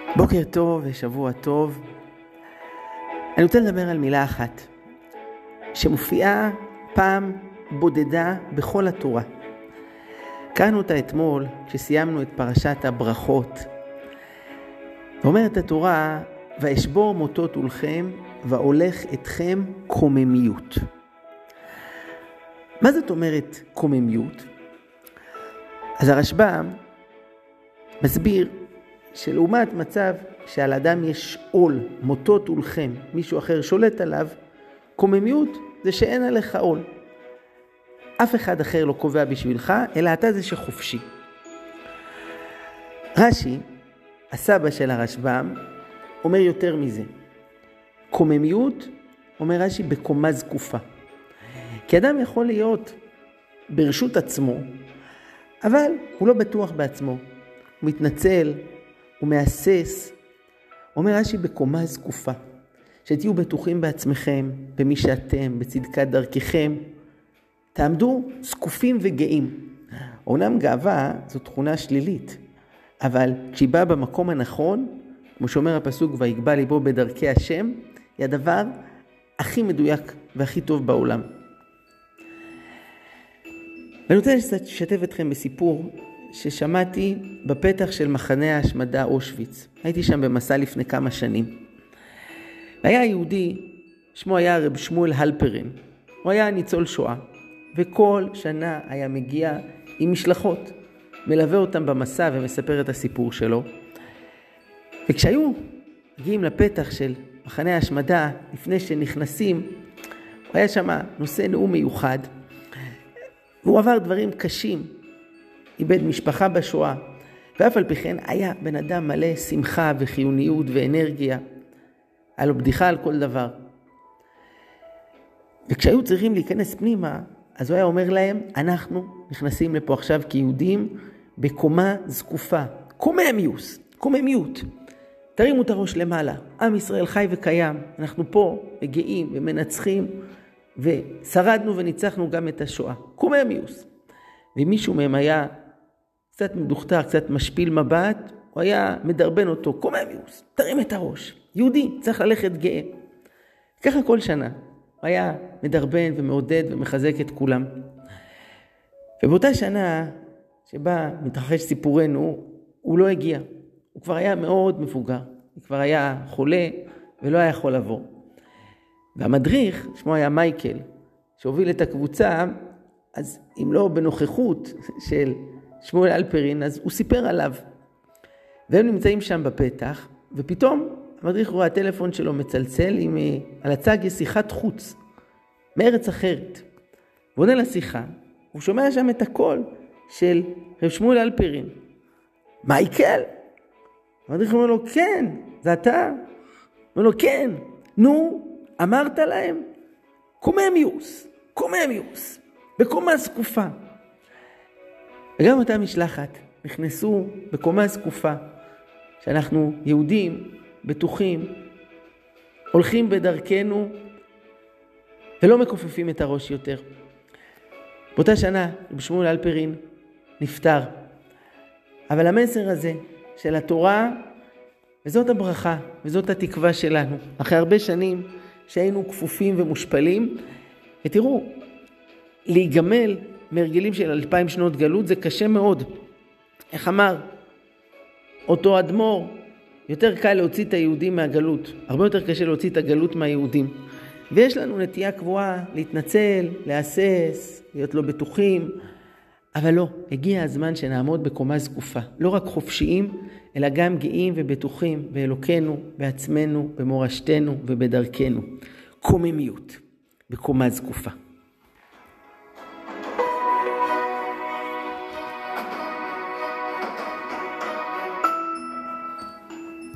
בוקר טוב ושבוע טוב. אני רוצה לדבר על מילה אחת שמופיעה פעם בודדה בכל התורה. קראנו אותה אתמול כשסיימנו את פרשת הברכות. ואומרת התורה, ואשבור מוטות עולכם והולך אתכם קוממיות. מה זאת אומרת קוממיות? אז הרשב"ם מסביר שלעומת מצב שעל אדם יש עול, מוטות עולכם, מישהו אחר שולט עליו, קוממיות זה שאין עליך עול. אף אחד אחר לא קובע בשבילך, אלא אתה זה שחופשי. רש"י, הסבא של הרשב"ם, אומר יותר מזה. קוממיות, אומר רש"י, בקומה זקופה. כי אדם יכול להיות ברשות עצמו, אבל הוא לא בטוח בעצמו. הוא מתנצל, הוא מאסס. אומר רש"י בקומה זקופה. שתהיו בטוחים בעצמכם, במי שאתם, בצדקת דרככם. תעמדו זקופים וגאים. אומנם גאווה זו תכונה שלילית, אבל כשהיא באה במקום הנכון, כמו שאומר הפסוק, ויגבה ליבו בדרכי השם, היא הדבר הכי מדויק והכי טוב בעולם. ואני רוצה לשתף אתכם בסיפור ששמעתי בפתח של מחנה ההשמדה אושוויץ. הייתי שם במסע לפני כמה שנים. היה יהודי, שמו היה רב שמואל הלפרין. הוא היה ניצול שואה, וכל שנה היה מגיע עם משלחות, מלווה אותם במסע ומספר את הסיפור שלו. וכשהיו מגיעים לפתח של מחנה ההשמדה, לפני שנכנסים, הוא היה שם נושא נאום מיוחד, והוא עבר דברים קשים, איבד משפחה בשואה, ואף על פי כן היה בן אדם מלא שמחה וחיוניות ואנרגיה, היה לו בדיחה על כל דבר. וכשהיו צריכים להיכנס פנימה, אז הוא היה אומר להם, אנחנו נכנסים לפה עכשיו כיהודים בקומה זקופה, קוממיות. תרימו את הראש למעלה, עם ישראל חי וקיים, אנחנו פה מגיעים ומנצחים, ושרדנו וניצחנו גם את השואה. קוממיות. ומישהו מהם היה קצת מדוכתר, קצת משפיל מבט, הוא היה מדרבן אותו, קוממיות, תרים את הראש. יהודי צריך ללכת גאה. ככה כל שנה. הוא היה מדרבן ומעודד ומחזק את כולם. ובאותה שנה שבה מתרחש סיפורנו, הוא לא הגיע. הוא כבר היה מאוד מבוגר. הוא כבר היה חולה ולא היה יכול לבוא. והמדריך, שמו היה מייקל, שהוביל את הקבוצה, אז אם לא בנוכחות של שמואל הלפרין, אז הוא סיפר עליו. והם נמצאים שם בפתח, ופתאום המדריך רואה הטלפון שלו מצלצל, על הצג יש שיחת חוץ, מארץ אחרת. הוא עונה לשיחה, הוא שומע שם את הקול של רב שמואל הלפרין. מייקל? המדריך אומר לו, כן, זה אתה? הוא אומר לו, כן, נו, אמרת להם? קוממיות, בקומה זקופה. וגם אותה משלחת נכנסו בקומה זקופה, שאנחנו יהודים, בטוחים, הולכים בדרכנו, ולא מכופפים את הראש יותר. באותה שנה, רב שמואל הלפרין נפטר. אבל המסר הזה של התורה, וזאת הברכה, וזאת התקווה שלנו. אחרי הרבה שנים שהיינו כפופים ומושפלים, ותראו, להיגמל מהרגלים של 2000 שנות גלות זה קשה מאוד. איך אמר אותו אדמו"ר, יותר קל להוציא את היהודים מהגלות, הרבה יותר קשה להוציא את הגלות מהיהודים. ויש לנו נטייה קבועה להתנצל, להסס, להיות לא בטוחים, אבל לא, הגיע הזמן שנעמוד בקומה זקופה, לא רק חופשיים, אלא גם גאים ובטוחים באלוקנו, בעצמנו, במורשתנו ובדרכנו. קוממיות, בקומה זקופה.